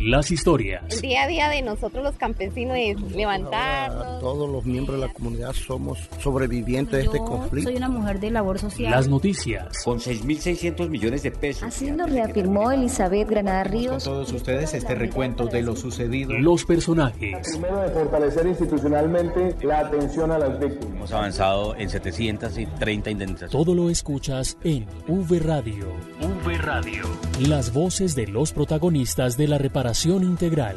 las historias. El día a día de nosotros los campesinos es levantarnos. Ahora, todos los miembros de la comunidad somos sobrevivientes de este conflicto. Soy una mujer de labor social. Las noticias. Con 6.600 millones de pesos. Así lo reafirmó Elizabeth Granada Ríos. Con todos ustedes este recuento de lo sucedido. Los personajes. Primero, de fortalecer institucionalmente la atención a las víctimas. Hemos avanzado en 730 indemnizaciones. Todo lo escuchas en V Radio. V Radio. Las voces de los protagonistas de la reparación integral.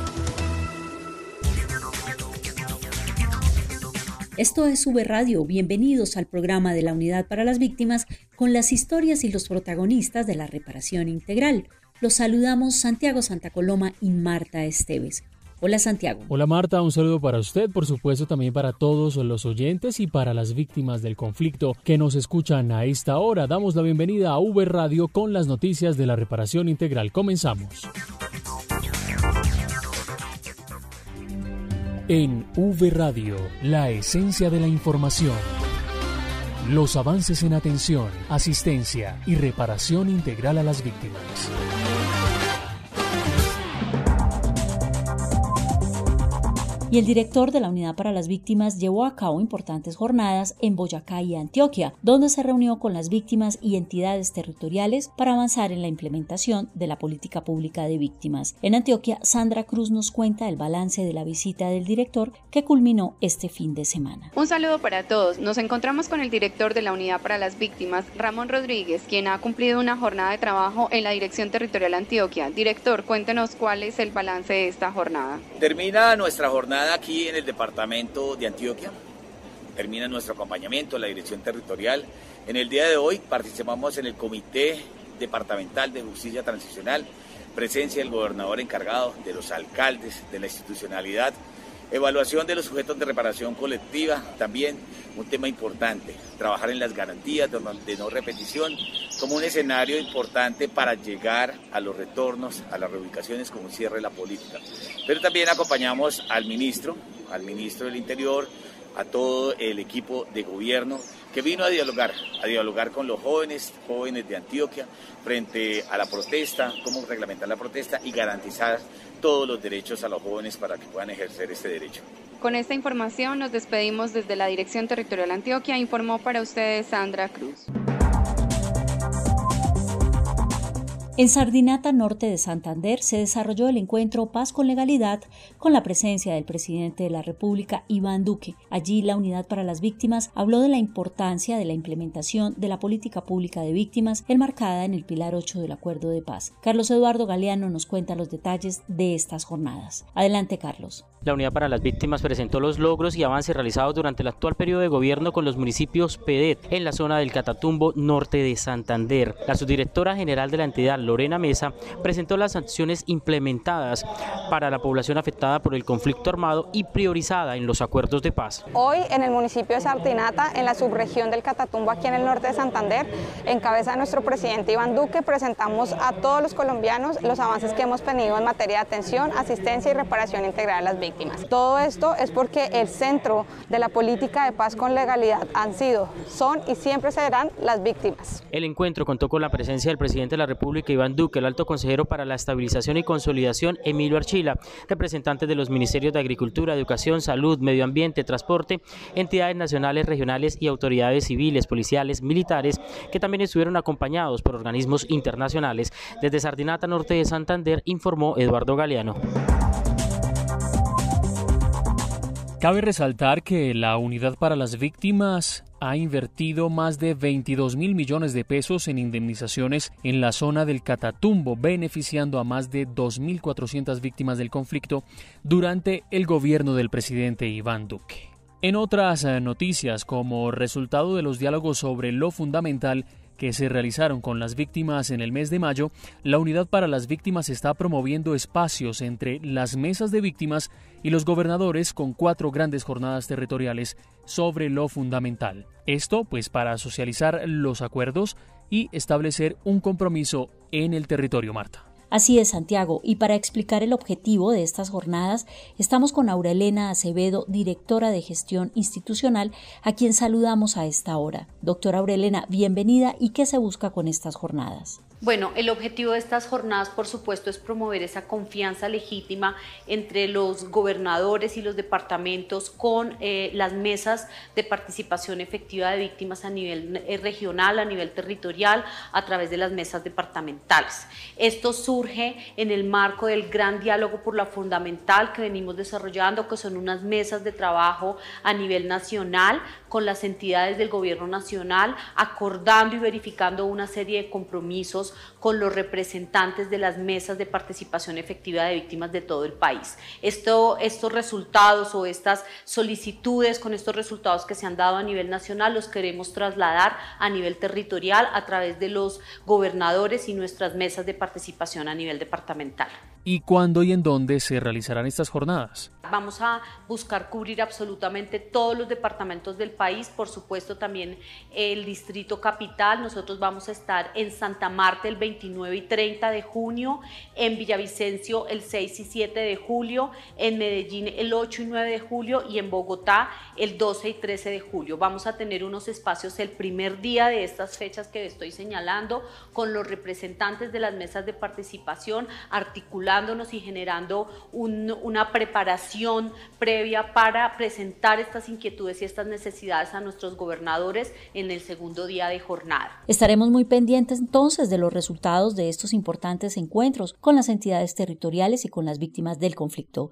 Esto es V Radio. Bienvenidos al programa de la Unidad para las Víctimas con las historias y los protagonistas de la reparación integral. Los saludamos Santiago Santa Coloma y Marta Esteves. Hola Santiago. Hola Marta, un saludo para usted, por supuesto también para todos los oyentes y para las víctimas del conflicto que nos escuchan a esta hora. Damos la bienvenida a V Radio con las noticias de la reparación integral. Comenzamos. En V Radio, la esencia de la información. Los avances en atención, asistencia y reparación integral a las víctimas. Y el director de la Unidad para las Víctimas llevó a cabo importantes jornadas en Boyacá y Antioquia, donde se reunió con las víctimas y entidades territoriales para avanzar en la implementación de la política pública de víctimas. En Antioquia, Sandra Cruz nos cuenta el balance de la visita del director que culminó este fin de semana. Un saludo para todos. Nos encontramos con el director de la Unidad para las Víctimas, Ramón Rodríguez, quien ha cumplido una jornada de trabajo en la Dirección Territorial Antioquia. Director, cuéntenos cuál es el balance de esta jornada. Termina nuestra jornada aquí en el departamento de Antioquia, termina nuestro acompañamiento en la Dirección Territorial. En el día de hoy participamos en el Comité Departamental de Justicia Transicional, presencia del gobernador encargado, de los alcaldes, de la institucionalidad, evaluación de los sujetos de reparación colectiva, también un tema importante, trabajar en las garantías de no repetición como un escenario importante para llegar a los retornos, a las reubicaciones como un cierre de la política. Pero también acompañamos al ministro del Interior, a todo el equipo de gobierno que vino a dialogar con los jóvenes de Antioquia frente a la protesta, cómo reglamentar la protesta y garantizar todos los derechos a los jóvenes para que puedan ejercer este derecho. Con esta información nos despedimos desde la Dirección Territorial Antioquia. Informó para ustedes Sandra Cruz. En Sardinata, norte de Santander, se desarrolló el encuentro Paz con Legalidad con la presencia del presidente de la República, Iván Duque. Allí, la Unidad para las Víctimas habló de la importancia de la implementación de la política pública de víctimas enmarcada en el Pilar 8 del Acuerdo de Paz. Carlos Eduardo Galeano nos cuenta los detalles de estas jornadas. Adelante, Carlos. La Unidad para las Víctimas presentó los logros y avances realizados durante el actual periodo de gobierno con los municipios PEDET en la zona del Catatumbo, norte de Santander. La subdirectora general de la entidad, Lorena Mesa, presentó las acciones implementadas para la población afectada por el conflicto armado y priorizada en los acuerdos de paz. Hoy en el municipio de Sardinata, en la subregión del Catatumbo, aquí en el norte de Santander, en cabeza de nuestro presidente Iván Duque, presentamos a todos los colombianos los avances que hemos tenido en materia de atención, asistencia y reparación integral a las víctimas. Todo esto es porque el centro de la política de paz con legalidad han sido, son y siempre serán las víctimas. El encuentro contó con la presencia del presidente de la República, Iván Duque, el alto consejero para la estabilización y consolidación, Emilio Archila, representantes de los ministerios de Agricultura, Educación, Salud, Medio Ambiente, Transporte, entidades nacionales, regionales y autoridades civiles, policiales, militares, que también estuvieron acompañados por organismos internacionales. Desde Sardinata, norte de Santander, informó Eduardo Galeano. Cabe resaltar que la Unidad para las Víctimas ha invertido más de 22.000 millones de pesos en indemnizaciones en la zona del Catatumbo, beneficiando a más de 2.400 víctimas del conflicto durante el gobierno del presidente Iván Duque. En otras noticias, como resultado de los diálogos sobre lo fundamental que se realizaron con las víctimas en el mes de mayo, la Unidad para las Víctimas está promoviendo espacios entre las mesas de víctimas y los gobernadores con 4 grandes jornadas territoriales sobre lo fundamental. Esto, pues, para socializar los acuerdos y establecer un compromiso en el territorio, Marta. Así es, Santiago, y para explicar el objetivo de estas jornadas, estamos con Aurelena Acevedo, directora de Gestión Institucional, a quien saludamos a esta hora. Doctora Aurelena, bienvenida, ¿y qué se busca con estas jornadas? Bueno, el objetivo de estas jornadas, por supuesto, es promover esa confianza legítima entre los gobernadores y los departamentos con las mesas de participación efectiva de víctimas a nivel regional, a nivel territorial, a través de las mesas departamentales. Esto surge en el marco del gran diálogo por la fundamental que venimos desarrollando, que son unas mesas de trabajo a nivel nacional con las entidades del gobierno nacional, acordando y verificando una serie de compromisos con los representantes de las mesas de participación efectiva de víctimas de todo el país. Estos resultados o estas solicitudes con estos resultados que se han dado a nivel nacional los queremos trasladar a nivel territorial a través de los gobernadores y nuestras mesas de participación a nivel departamental. ¿Y cuándo y en dónde se realizarán estas jornadas? Vamos a buscar cubrir absolutamente todos los departamentos del país, por supuesto también el Distrito Capital. Nosotros vamos a estar en Santa Marta el 29 y 30 de junio, en Villavicencio el 6 y 7 de julio, en Medellín el 8 y 9 de julio y en Bogotá el 12 y 13 de julio. Vamos a tener unos espacios el primer día de estas fechas que estoy señalando con los representantes de las mesas de participación, articulándonos y generando una preparación previa para presentar estas inquietudes y estas necesidades a nuestros gobernadores en el segundo día de jornada. Estaremos muy pendientes entonces de los resultados de estos importantes encuentros con las entidades territoriales y con las víctimas del conflicto.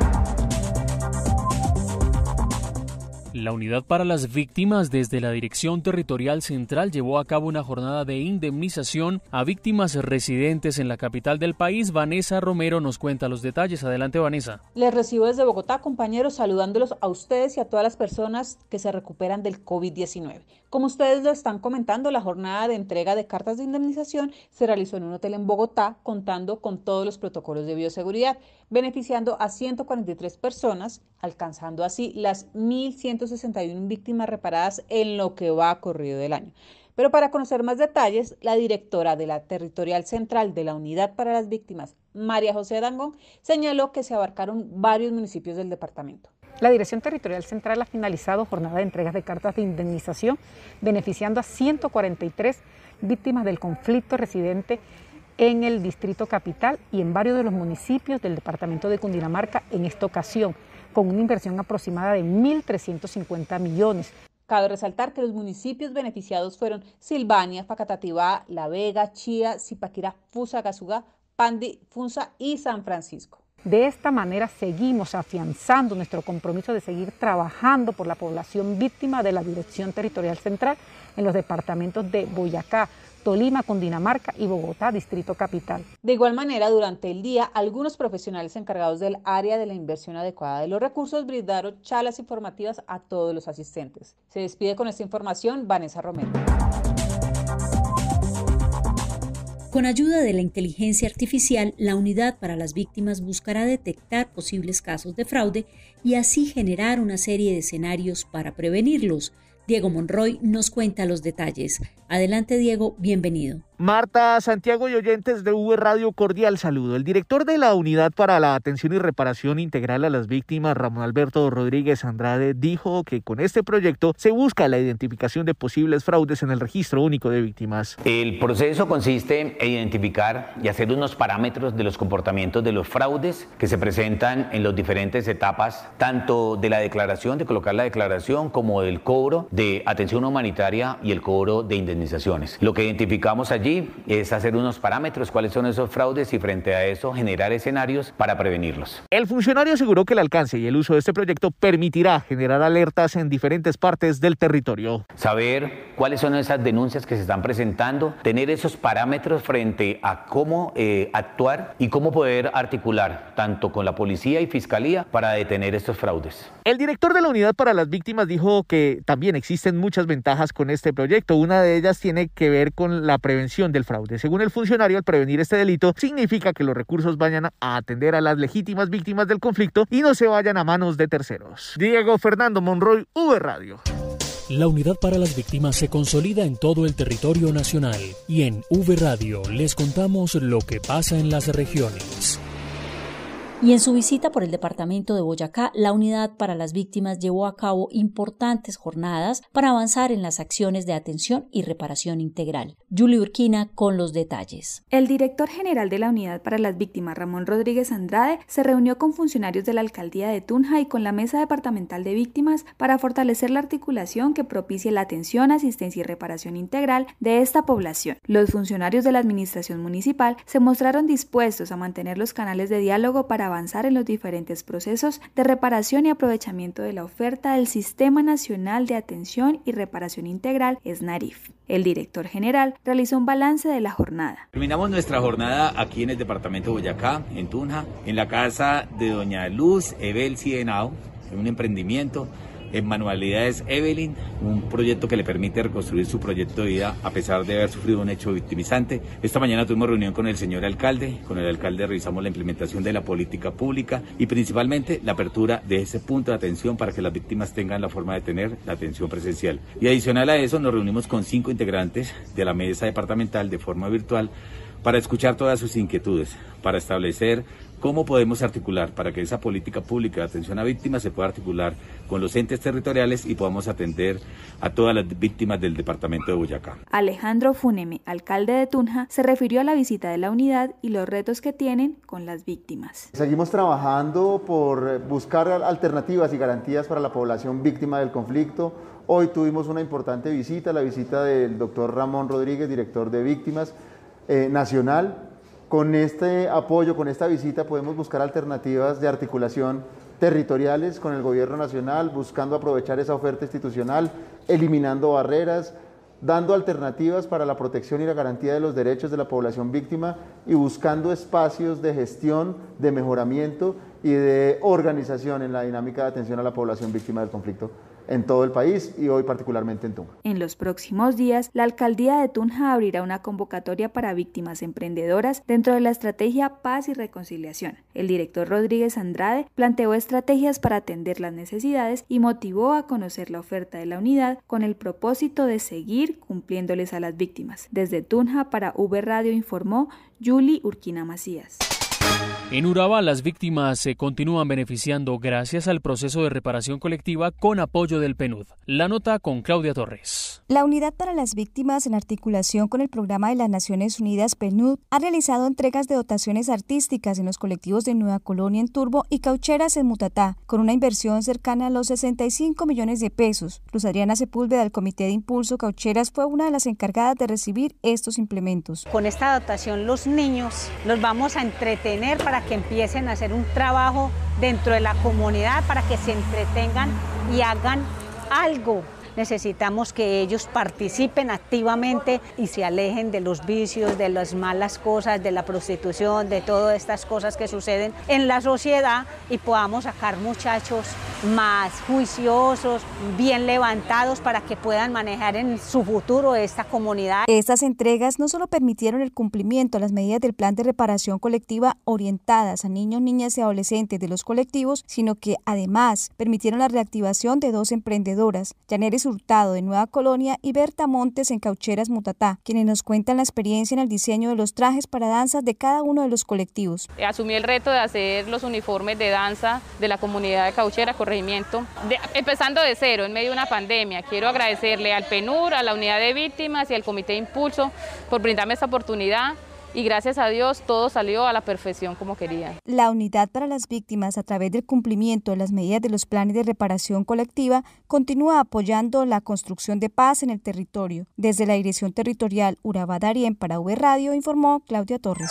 La Unidad para las Víctimas desde la Dirección Territorial Central llevó a cabo una jornada de indemnización a víctimas residentes en la capital del país. Vanessa Romero nos cuenta los detalles. Adelante, Vanessa. Les recibo desde Bogotá, compañeros, saludándolos a ustedes y a todas las personas que se recuperan del COVID-19. Como ustedes lo están comentando, la jornada de entrega de cartas de indemnización se realizó en un hotel en Bogotá, contando con todos los protocolos de bioseguridad, beneficiando a 143 personas, alcanzando así las 1.161 víctimas reparadas en lo que va corrido del año. Pero para conocer más detalles, la directora de la Territorial Central de la Unidad para las Víctimas, María José Dangond, señaló que se abarcaron varios municipios del departamento. La Dirección Territorial Central ha finalizado jornada de entregas de cartas de indemnización, beneficiando a 143 víctimas del conflicto residente en el Distrito Capital y en varios de los municipios del departamento de Cundinamarca en esta ocasión, con una inversión aproximada de 1.350 millones. Cabe resaltar que los municipios beneficiados fueron Silvania, Facatativá, La Vega, Chía, Zipaquirá, Fusagasugá, Pandi, Funza y San Francisco. De esta manera seguimos afianzando nuestro compromiso de seguir trabajando por la población víctima de la Dirección Territorial Central en los departamentos de Boyacá, Tolima, Cundinamarca y Bogotá, Distrito Capital. De igual manera, durante el día, algunos profesionales encargados del área de la inversión adecuada de los recursos brindaron charlas informativas a todos los asistentes. Se despide con esta información Vanessa Romero. Con ayuda de la inteligencia artificial, la Unidad para las Víctimas buscará detectar posibles casos de fraude y así generar una serie de escenarios para prevenirlos. Diego Monroy nos cuenta los detalles. Adelante, Diego, bienvenido. Marta, Santiago y oyentes de V Radio, cordial saludo. El director de la Unidad para la Atención y Reparación Integral a las Víctimas, Ramón Alberto Rodríguez Andrade, dijo que con este proyecto se busca la identificación de posibles fraudes en el Registro Único de Víctimas. El proceso consiste en identificar y hacer unos parámetros de los comportamientos de los fraudes que se presentan en las diferentes etapas, tanto de la declaración, de colocar la declaración, como del cobro de atención humanitaria y el cobro de indemnizaciones. Lo que identificamos allí es hacer unos parámetros, cuáles son esos fraudes y frente a eso generar escenarios para prevenirlos. El funcionario aseguró que el alcance y el uso de este proyecto permitirá generar alertas en diferentes partes del territorio. Saber cuáles son esas denuncias que se están presentando, tener esos parámetros frente a cómo actuar y cómo poder articular tanto con la policía y fiscalía para detener estos fraudes. El director de la Unidad para las Víctimas dijo que también existen muchas ventajas con este proyecto. Una de ellas tiene que ver con la prevención del fraude. Según el funcionario, al prevenir este delito significa que los recursos vayan a atender a las legítimas víctimas del conflicto y no se vayan a manos de terceros. Diego Fernando Monroy, V Radio. La Unidad para las Víctimas se consolida en todo el territorio nacional y en V Radio les contamos lo que pasa en las regiones. Y en su visita por el departamento de Boyacá, la Unidad para las Víctimas llevó a cabo importantes jornadas para avanzar en las acciones de atención y reparación integral. Julie Urquina con los detalles. El director general de la Unidad para las Víctimas, Ramón Rodríguez Andrade, se reunió con funcionarios de la Alcaldía de Tunja y con la Mesa Departamental de Víctimas para fortalecer la articulación que propicie la atención, asistencia y reparación integral de esta población. Los funcionarios de la Administración Municipal se mostraron dispuestos a mantener los canales de diálogo para avanzar en los diferentes procesos de reparación y aprovechamiento de la oferta del Sistema Nacional de Atención y Reparación Integral, SNARIF. El director general realizó un balance de la jornada. Terminamos nuestra jornada aquí en el departamento de Boyacá, en Tunja, en la casa de doña Luz Ebelsi Henao, un emprendimiento en manualidades Evelyn, un proyecto que le permite reconstruir su proyecto de vida a pesar de haber sufrido un hecho victimizante. Esta mañana tuvimos reunión con el señor alcalde, con el alcalde revisamos la implementación de la política pública y principalmente la apertura de ese punto de atención para que las víctimas tengan la forma de tener la atención presencial. Y adicional a eso nos reunimos con 5 integrantes de la mesa departamental de forma virtual para escuchar todas sus inquietudes, para establecer cómo podemos articular para que esa política pública de atención a víctimas se pueda articular con los entes territoriales y podamos atender a todas las víctimas del departamento de Boyacá. Alejandro Funeme, alcalde de Tunja, se refirió a la visita de la unidad y los retos que tienen con las víctimas. Seguimos trabajando por buscar alternativas y garantías para la población víctima del conflicto. Hoy tuvimos una importante visita, la visita del doctor Ramón Rodríguez, director de Víctimas Nacional. Con este apoyo, con esta visita, podemos buscar alternativas de articulación territoriales con el gobierno nacional, buscando aprovechar esa oferta institucional, eliminando barreras, dando alternativas para la protección y la garantía de los derechos de la población víctima y buscando espacios de gestión, de mejoramiento y de organización en la dinámica de atención a la población víctima del conflicto en todo el país y hoy particularmente en Tunja. En los próximos días, la Alcaldía de Tunja abrirá una convocatoria para víctimas emprendedoras dentro de la estrategia Paz y Reconciliación. El director Rodríguez Andrade planteó estrategias para atender las necesidades y motivó a conocer la oferta de la unidad con el propósito de seguir cumpliéndoles a las víctimas. Desde Tunja para V Radio informó Julie Urquina Macías. En Urabá, las víctimas se continúan beneficiando gracias al proceso de reparación colectiva con apoyo del PNUD. La nota con Claudia Torres. La Unidad para las Víctimas, en articulación con el Programa de las Naciones Unidas PNUD, ha realizado entregas de dotaciones artísticas en los colectivos de Nueva Colonia en Turbo y Caucheras en Mutatá, con una inversión cercana a los 65 millones de pesos. Luz Adriana Sepúlveda, del Comité de Impulso Caucheras, fue una de las encargadas de recibir estos implementos. Con esta dotación los niños los vamos a entretener para que empiecen a hacer un trabajo dentro de la comunidad, para que se entretengan y hagan algo. Necesitamos que ellos participen activamente y se alejen de los vicios, de las malas cosas, de la prostitución, de todas estas cosas que suceden en la sociedad y podamos sacar muchachos más juiciosos, bien levantados para que puedan manejar en su futuro esta comunidad. Estas entregas no solo permitieron el cumplimiento de las medidas del plan de reparación colectiva orientadas a niños, niñas y adolescentes de los colectivos, sino que además permitieron la reactivación de 2 emprendedoras, Yaneris Hurtado de Nueva Colonia y Berta Montes en Caucheras Mutatá, quienes nos cuentan la experiencia en el diseño de los trajes para danzas de cada uno de los colectivos. Asumí el reto de hacer los uniformes de danza de la comunidad de Caucheras, corregimiento, empezando de cero en medio de una pandemia. Quiero agradecerle al PNUD, a la Unidad de Víctimas y al Comité de Impulso por brindarme esta oportunidad. Y gracias a Dios todo salió a la perfección como quería. La Unidad para las Víctimas, a través del cumplimiento de las medidas de los planes de reparación colectiva, continúa apoyando la construcción de paz en el territorio. Desde la Dirección Territorial Urabá Darién para V Radio informó Claudia Torres.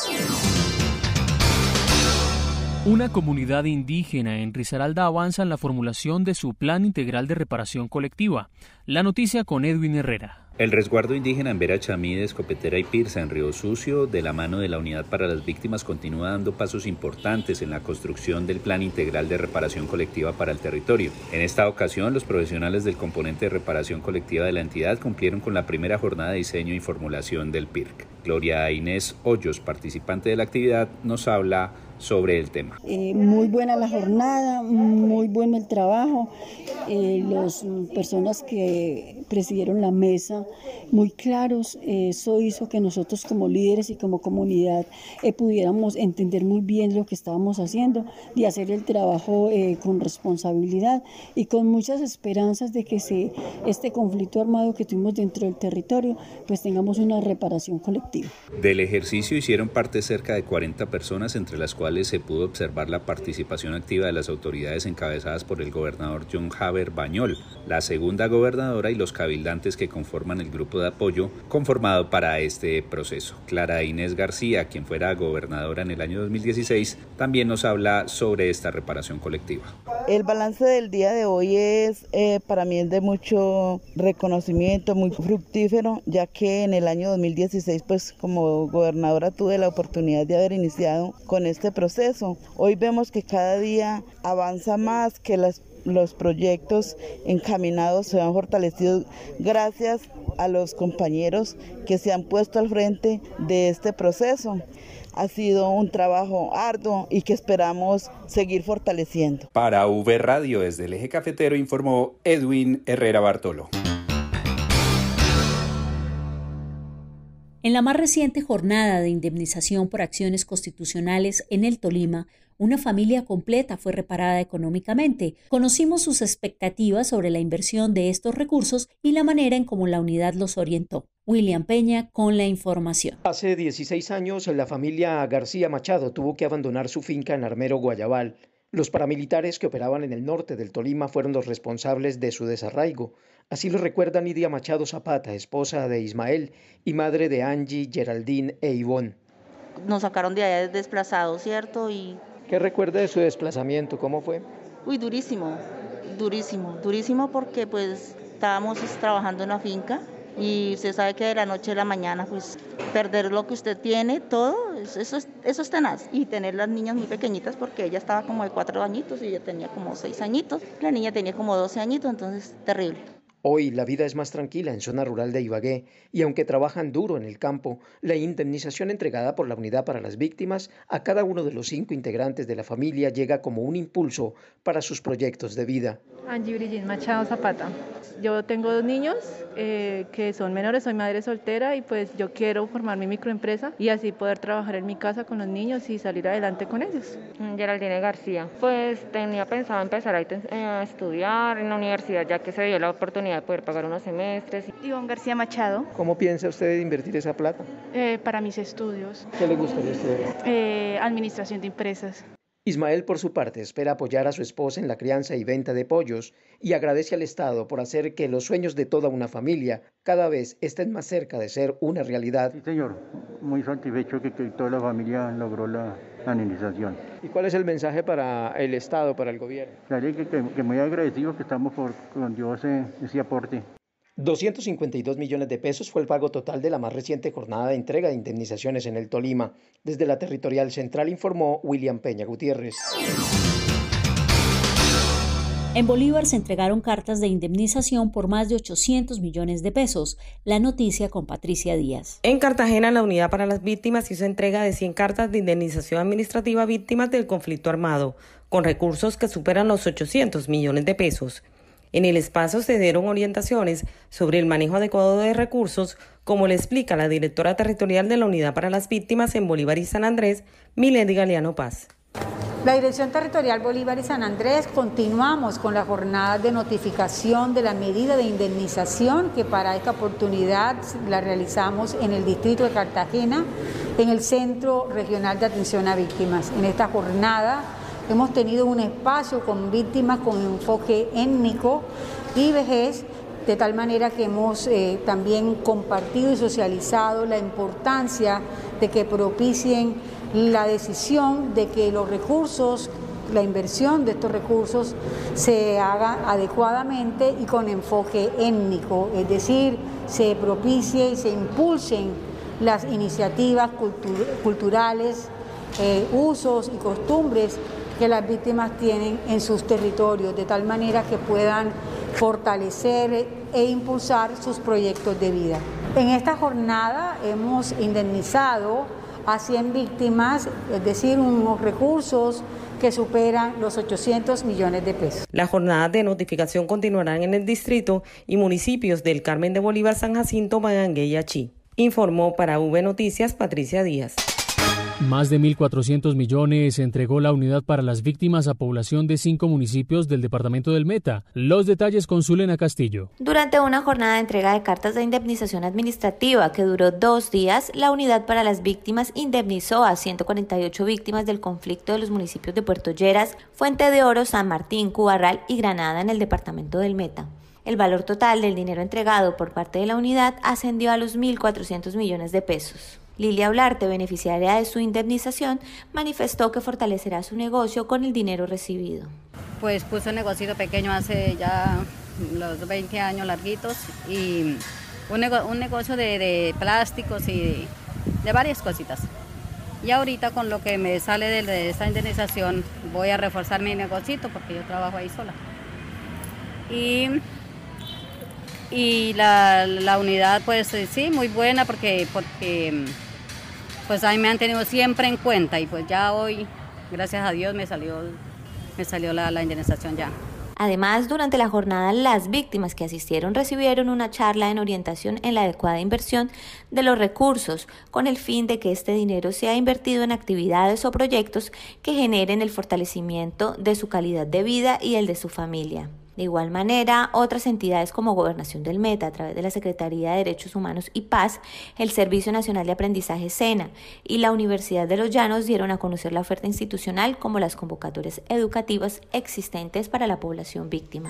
Una comunidad indígena en Risaralda avanza en la formulación de su Plan Integral de Reparación Colectiva. La noticia con Edwin Herrera. El resguardo indígena en Vera Chamí, de Escopetera y Pirza, en Río Sucio, de la mano de la Unidad para las Víctimas, continúa dando pasos importantes en la construcción del Plan Integral de Reparación Colectiva para el territorio. En esta ocasión, los profesionales del componente de reparación colectiva de la entidad cumplieron con la primera jornada de diseño y formulación del PIRC. Gloria Inés Hoyos, participante de la actividad, nos habla sobre el tema. Muy buena la jornada, muy bueno el trabajo, las personas que presidieron la mesa, muy claros, eso hizo que nosotros como líderes y como comunidad pudiéramos entender muy bien lo que estábamos haciendo y hacer el trabajo con responsabilidad y con muchas esperanzas de que este conflicto armado que tuvimos dentro del territorio, pues tengamos una reparación colectiva. Del ejercicio hicieron parte cerca de 40 personas, entre las cuales se pudo observar la participación activa de las autoridades encabezadas por el gobernador John Jaber Bañol, la segunda gobernadora y los cabildantes que conforman el grupo de apoyo conformado para este proceso. Clara Inés García, quien fuera gobernadora en el año 2016, también nos habla sobre esta reparación colectiva. El balance del día de hoy para mí es de mucho reconocimiento, muy fructífero, ya que en el año 2016, pues como gobernadora tuve la oportunidad de haber iniciado con este proceso. Hoy vemos que cada día avanza más, que los proyectos encaminados se han fortalecido gracias a los compañeros que se han puesto al frente de este proceso. Ha sido un trabajo arduo y que esperamos seguir fortaleciendo. Para V Radio, desde el Eje Cafetero, informó Edwin Herrera Bartolo. En la más reciente jornada de indemnización por acciones constitucionales en el Tolima, una familia completa fue reparada económicamente. Conocimos sus expectativas sobre la inversión de estos recursos y la manera en cómo la unidad los orientó. William Peña con la información. Hace 16 años, la familia García Machado tuvo que abandonar su finca en Armero, Guayabal. Los paramilitares que operaban en el norte del Tolima fueron los responsables de su desarraigo. Así lo recuerda Nidia Machado Zapata, esposa de Ismael y madre de Angie, Geraldine e Ivonne. Nos sacaron de allá desplazados, ¿cierto? ¿Qué recuerda de su desplazamiento? ¿Cómo fue? Uy, durísimo porque pues estábamos trabajando en una finca y usted sabe que de la noche a la mañana pues perder lo que usted tiene, todo, eso es tenaz. Y tener las niñas muy pequeñitas porque ella estaba como de 4 añitos y ella tenía como 6 añitos, la niña tenía como 12 añitos, entonces terrible. Hoy la vida es más tranquila en zona rural de Ibagué y aunque trabajan duro en el campo, la indemnización entregada por la Unidad para las Víctimas a cada uno de los 5 integrantes de la familia llega como un impulso para sus proyectos de vida. Angie Brigitte Machado Zapata. Yo tengo 2 niños que son menores, soy madre soltera y pues yo quiero formar mi microempresa y así poder trabajar en mi casa con los niños y salir adelante con ellos. Geraldine García. Pues tenía pensado empezar a estudiar en la universidad ya que se dio la oportunidad de poder pagar unos semestres. Ivonne García Machado. ¿Cómo piensa usted invertir esa plata? Para mis estudios. ¿Qué le gustaría estudiar? Administración de empresas. Ismael, por su parte, espera apoyar a su esposa en la crianza y venta de pollos y agradece al Estado por hacer que los sueños de toda una familia cada vez estén más cerca de ser una realidad. Sí, señor. Muy satisfecho que toda la familia logró la indemnización. ¿Y cuál es el mensaje para el Estado, para el gobierno? Que muy agradecidos que estamos con Dios ese aporte. 252 millones de pesos fue el pago total de la más reciente jornada de entrega de indemnizaciones en el Tolima. Desde la Territorial Central informó William Peña Gutiérrez. En Bolívar se entregaron cartas de indemnización por más de 800 millones de pesos. La noticia con Patricia Díaz. En Cartagena, la Unidad para las Víctimas hizo entrega de 100 cartas de indemnización administrativa a víctimas del conflicto armado, con recursos que superan los 800 millones de pesos. En el espacio se dieron orientaciones sobre el manejo adecuado de recursos, como le explica la directora territorial de la Unidad para las Víctimas en Bolívar y San Andrés, Milady Galeano Paz. La Dirección Territorial Bolívar y San Andrés continuamos con la jornada de notificación de la medida de indemnización que para esta oportunidad la realizamos en el distrito de Cartagena, en el Centro Regional de Atención a Víctimas. En esta jornada hemos tenido un espacio con víctimas con enfoque étnico y vejez, de tal manera que hemos también compartido y socializado la importancia de que propicien la decisión de que los recursos, la inversión de estos recursos se haga adecuadamente y con enfoque étnico, es decir, se propicie y se impulsen las iniciativas culturales, usos y costumbres que las víctimas tienen en sus territorios, de tal manera que puedan fortalecer e impulsar sus proyectos de vida. En esta jornada hemos indemnizado a 100 víctimas, es decir, unos recursos que superan los 800 millones de pesos. Las jornadas de notificación continuarán en el distrito y municipios del Carmen de Bolívar, San Jacinto, Bagangué y Achí. Informó para V Noticias Patricia Díaz. Más de 1.400 millones entregó la Unidad para las Víctimas a población de 5 municipios del departamento del Meta. Los detalles con Zulena Castillo. Durante una jornada de entrega de cartas de indemnización administrativa que duró 2 días, la Unidad para las Víctimas indemnizó a 148 víctimas del conflicto de los municipios de Puerto Lleras, Fuente de Oro, San Martín, Cubarral y Granada en el departamento del Meta. El valor total del dinero entregado por parte de la unidad ascendió a los 1.400 millones de pesos. Lilia Olarte, beneficiaria de su indemnización, manifestó que fortalecerá su negocio con el dinero recibido. Pues puse un negocio pequeño hace ya los 20 años larguitos y un negocio de plásticos y de varias cositas. Y ahorita con lo que me sale de esta indemnización voy a reforzar mi negocito porque yo trabajo ahí sola. Y la unidad pues sí, muy buena porque pues ahí me han tenido siempre en cuenta y pues ya hoy, gracias a Dios, me salió la indemnización ya. Además, durante la jornada, las víctimas que asistieron recibieron una charla en orientación en la adecuada inversión de los recursos, con el fin de que este dinero sea invertido en actividades o proyectos que generen el fortalecimiento de su calidad de vida y el de su familia. De igual manera, otras entidades como Gobernación del Meta, a través de la Secretaría de Derechos Humanos y Paz, el Servicio Nacional de Aprendizaje SENA y la Universidad de los Llanos dieron a conocer la oferta institucional como las convocatorias educativas existentes para la población víctima.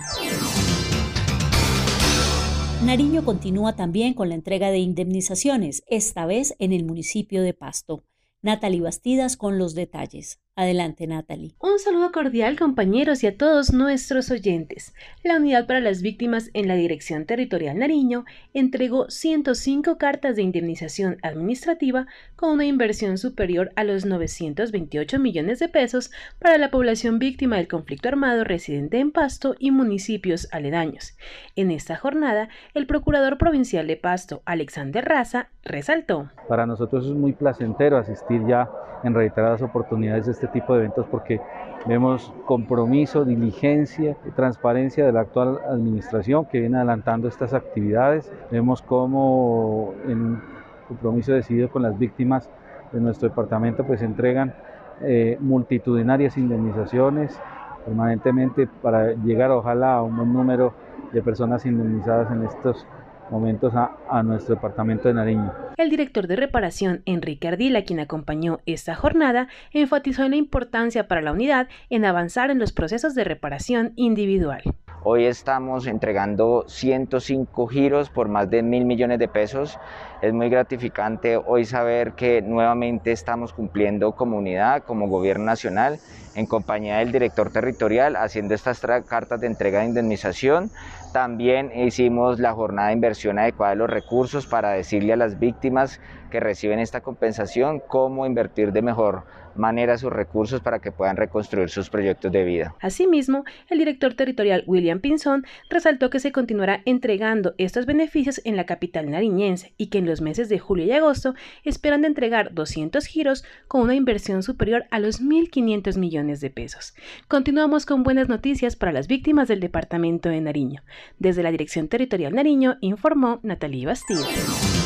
Nariño continúa también con la entrega de indemnizaciones, esta vez en el municipio de Pasto. Natalie Bastidas con los detalles. Adelante, Natalie. Un saludo cordial, compañeros, y a todos nuestros oyentes. La Unidad para las Víctimas en la Dirección Territorial Nariño entregó 105 cartas de indemnización administrativa con una inversión superior a los 928 millones de pesos para la población víctima del conflicto armado residente en Pasto y municipios aledaños. En esta jornada, el Procurador Provincial de Pasto, Alexander Raza, resaltó: Para nosotros es muy placentero asistir ya en reiteradas oportunidades de este tipo de eventos porque vemos compromiso, diligencia y transparencia de la actual administración que viene adelantando estas actividades. Vemos cómo en un compromiso decidido con las víctimas de nuestro departamento pues entregan multitudinarias indemnizaciones permanentemente para llegar ojalá a un buen número de personas indemnizadas en estos momentos a nuestro departamento de Nariño. El director de reparación, Enrique Ardila, quien acompañó esta jornada, enfatizó en la importancia para la unidad en avanzar en los procesos de reparación individual. Hoy estamos entregando 105 giros por más de 1.000 millones de pesos. Es muy gratificante hoy saber que nuevamente estamos cumpliendo como unidad, como gobierno nacional, en compañía del director territorial, haciendo estas cartas de entrega de indemnización. También hicimos la jornada de inversión adecuada de los recursos para decirle a las víctimas que reciben esta compensación cómo invertir de mejor manera sus recursos para que puedan reconstruir sus proyectos de vida. Asimismo, el director territorial William Pinzón resaltó que se continuará entregando estos beneficios en la capital nariñense y que en los meses de julio y agosto esperan de entregar 200 giros con una inversión superior a los 1.500 millones de pesos. Continuamos con buenas noticias para las víctimas del departamento de Nariño. Desde la Dirección Territorial Nariño informó Natalie Bastidas.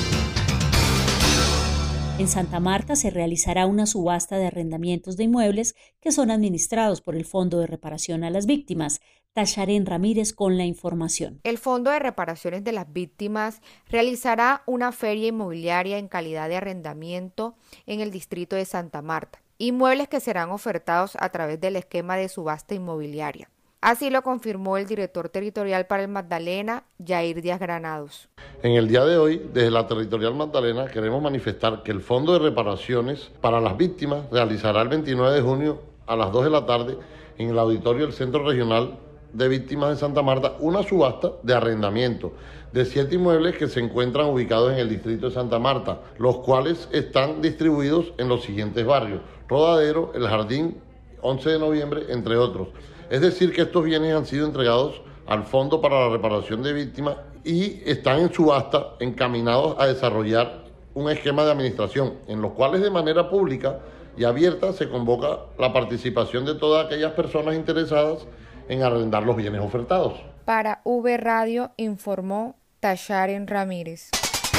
En Santa Marta se realizará una subasta de arrendamientos de inmuebles que son administrados por el Fondo de Reparación a las Víctimas. Tacharén Ramírez con la información. El Fondo de Reparaciones de las Víctimas realizará una feria inmobiliaria en calidad de arrendamiento en el distrito de Santa Marta. Inmuebles que serán ofertados a través del esquema de subasta inmobiliaria. Así lo confirmó el director territorial para el Magdalena, Yair Díaz Granados. En el día de hoy, desde la Territorial Magdalena, queremos manifestar que el Fondo de Reparaciones para las Víctimas realizará el 29 de junio a las 2 de la tarde en el auditorio del Centro Regional de Víctimas de Santa Marta una subasta de arrendamiento de 7 inmuebles que se encuentran ubicados en el distrito de Santa Marta, los cuales están distribuidos en los siguientes barrios: Rodadero, El Jardín, 11 de noviembre, entre otros. Es decir, que estos bienes han sido entregados al Fondo para la Reparación de Víctimas y están en subasta encaminados a desarrollar un esquema de administración en los cuales de manera pública y abierta se convoca la participación de todas aquellas personas interesadas en arrendar los bienes ofertados. Para V Radio informó Tasharen Ramírez.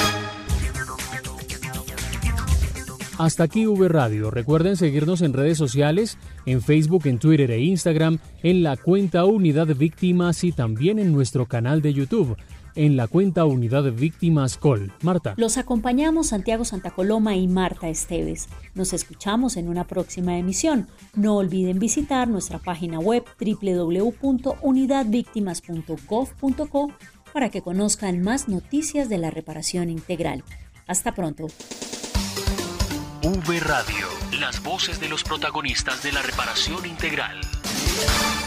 Hasta aquí V Radio. Recuerden seguirnos en redes sociales, en Facebook, en Twitter e Instagram, en la cuenta Unidad Víctimas y también en nuestro canal de YouTube, en la cuenta Unidad Víctimas Col. Marta. Los acompañamos Santiago Santa Coloma y Marta Esteves. Nos escuchamos en una próxima emisión. No olviden visitar nuestra página web www.unidadvictimas.gov.co para que conozcan más noticias de la reparación integral. Hasta pronto. V Radio, las voces de los protagonistas de la reparación integral.